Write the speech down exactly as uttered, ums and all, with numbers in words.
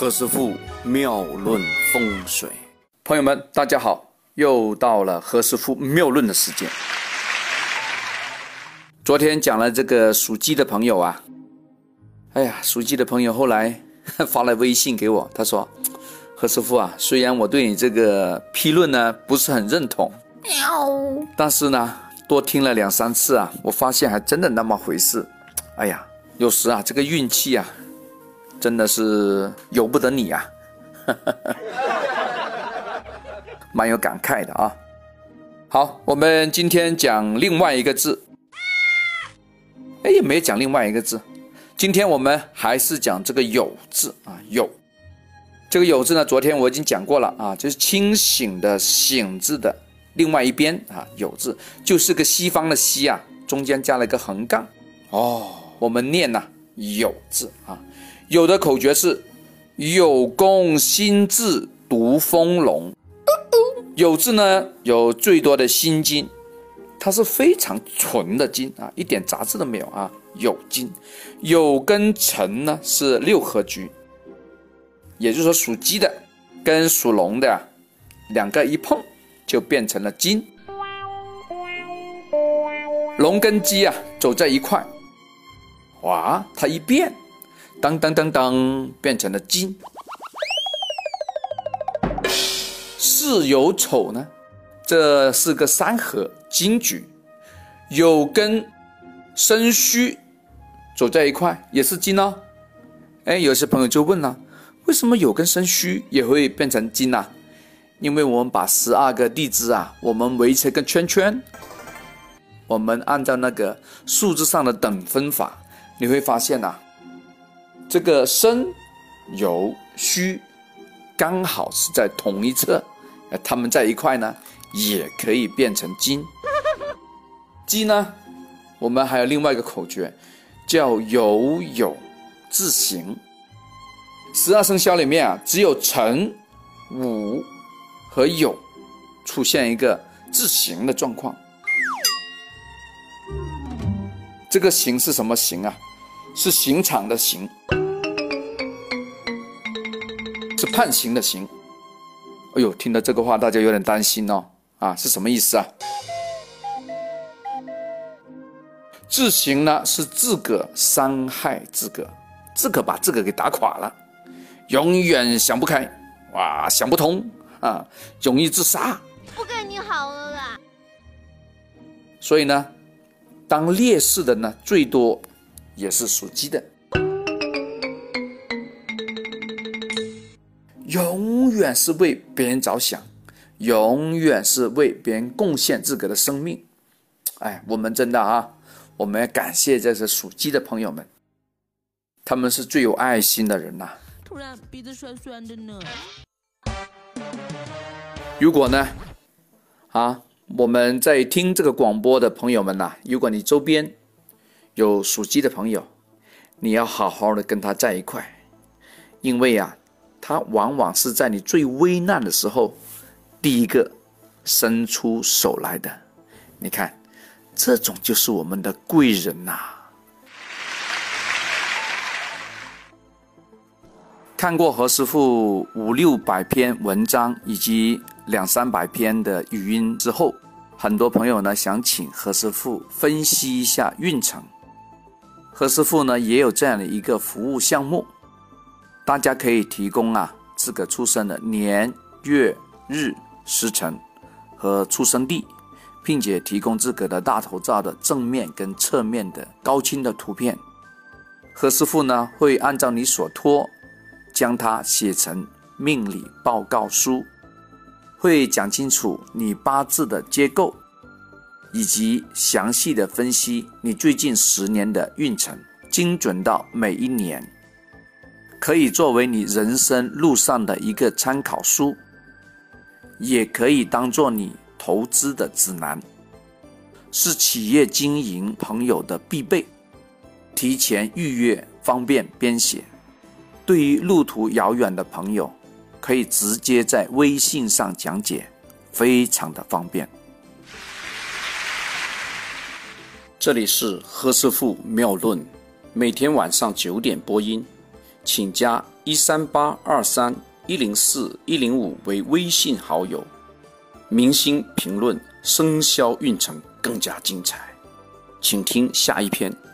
何师傅妙论风水，朋友们大家好，又到了何师傅妙论的时间。昨天讲了这个属鸡的朋友啊，哎呀，属鸡的朋友后来发了微信给我，他说：何师傅啊，虽然我对你这个批论呢不是很认同，但是呢多听了两三次啊，我发现还真的那么回事。哎呀，有时啊这个运气啊真的是由不得你啊蛮有感慨的啊。好，我们今天讲另外一个字，哎，也没讲另外一个字，今天我们还是讲这个酉字啊。酉这个酉字呢，昨天我已经讲过了啊，就是清醒的醒字的另外一边啊。酉字就是个西方的西啊，中间加了一个横杠哦，我们念啊酉字啊。有的口诀是有功心智独丰隆。酉字呢有最多的心金，它是非常纯的金啊，一点杂质都没有啊。酉金，酉跟辰呢是六合局，也就是说属鸡的跟属龙的、啊、两个一碰就变成了金。龙跟鸡啊走在一块，哇，它一变当当当当变成了金。巳酉丑呢，这是个三合金局，酉跟申戌走在一块也是金哦。哎，有些朋友就问了，为什么酉跟申戌也会变成金啊？因为我们把十二个地支啊，我们围成一个圈圈，我们按照那个数字上的等分法，你会发现啊，这个申酉戌刚好是在同一侧，它们在一块呢也可以变成金。鸡呢我们还有另外一个口诀叫酉酉自刑。十二生肖里面啊，只有辰午和酉出现一个自刑的状况。这个刑是什么刑啊？是刑场的刑，是判刑的刑。哎呦，听到这个话大家有点担心哦，啊，是什么意思啊？自刑呢是自个伤害自个，自个把自个给打垮了，永远想不开，哇，想不通啊，容易自杀。 不跟你好了啦。 所以呢，当烈士的呢，最多也是属鸡的。永远是为别人着想，永远是为别人贡献自个的生命。哎，我们真的啊，我们要感谢这些属鸡的朋友们，他们是最有爱心的人呐、啊。 突然鼻子酸酸的呢。 如果呢，啊，我们在听这个广播的朋友们呐、啊，如果你周边有属鸡的朋友，你要好好的跟他在一块，因为啊，他往往是在你最危难的时候第一个伸出手来的。你看，这种就是我们的贵人呐、啊。看过何师傅五六百篇文章以及两三百篇的语音之后，很多朋友呢想请何师傅分析一下运程。何师傅呢也有这样的一个服务项目，大家可以提供啊自个出生的年月日时辰和出生地，并且提供自个的大头照的正面跟侧面的高清的图片。何师傅呢会按照你所托将它写成命理报告书，会讲清楚你八字的结构，以及详细的分析你最近十年的运程，精准到每一年，可以作为你人生路上的一个参考书，也可以当作你投资的指南，是企业经营朋友的必备，提前预约方便编写。对于路途遥远的朋友，可以直接在微信上讲解，非常的方便。这里是何师傅妙论，每天晚上九点播音， 请加一三八二三一零四一零五为微信好友。明星评论生肖运程更加精彩，请听下一篇。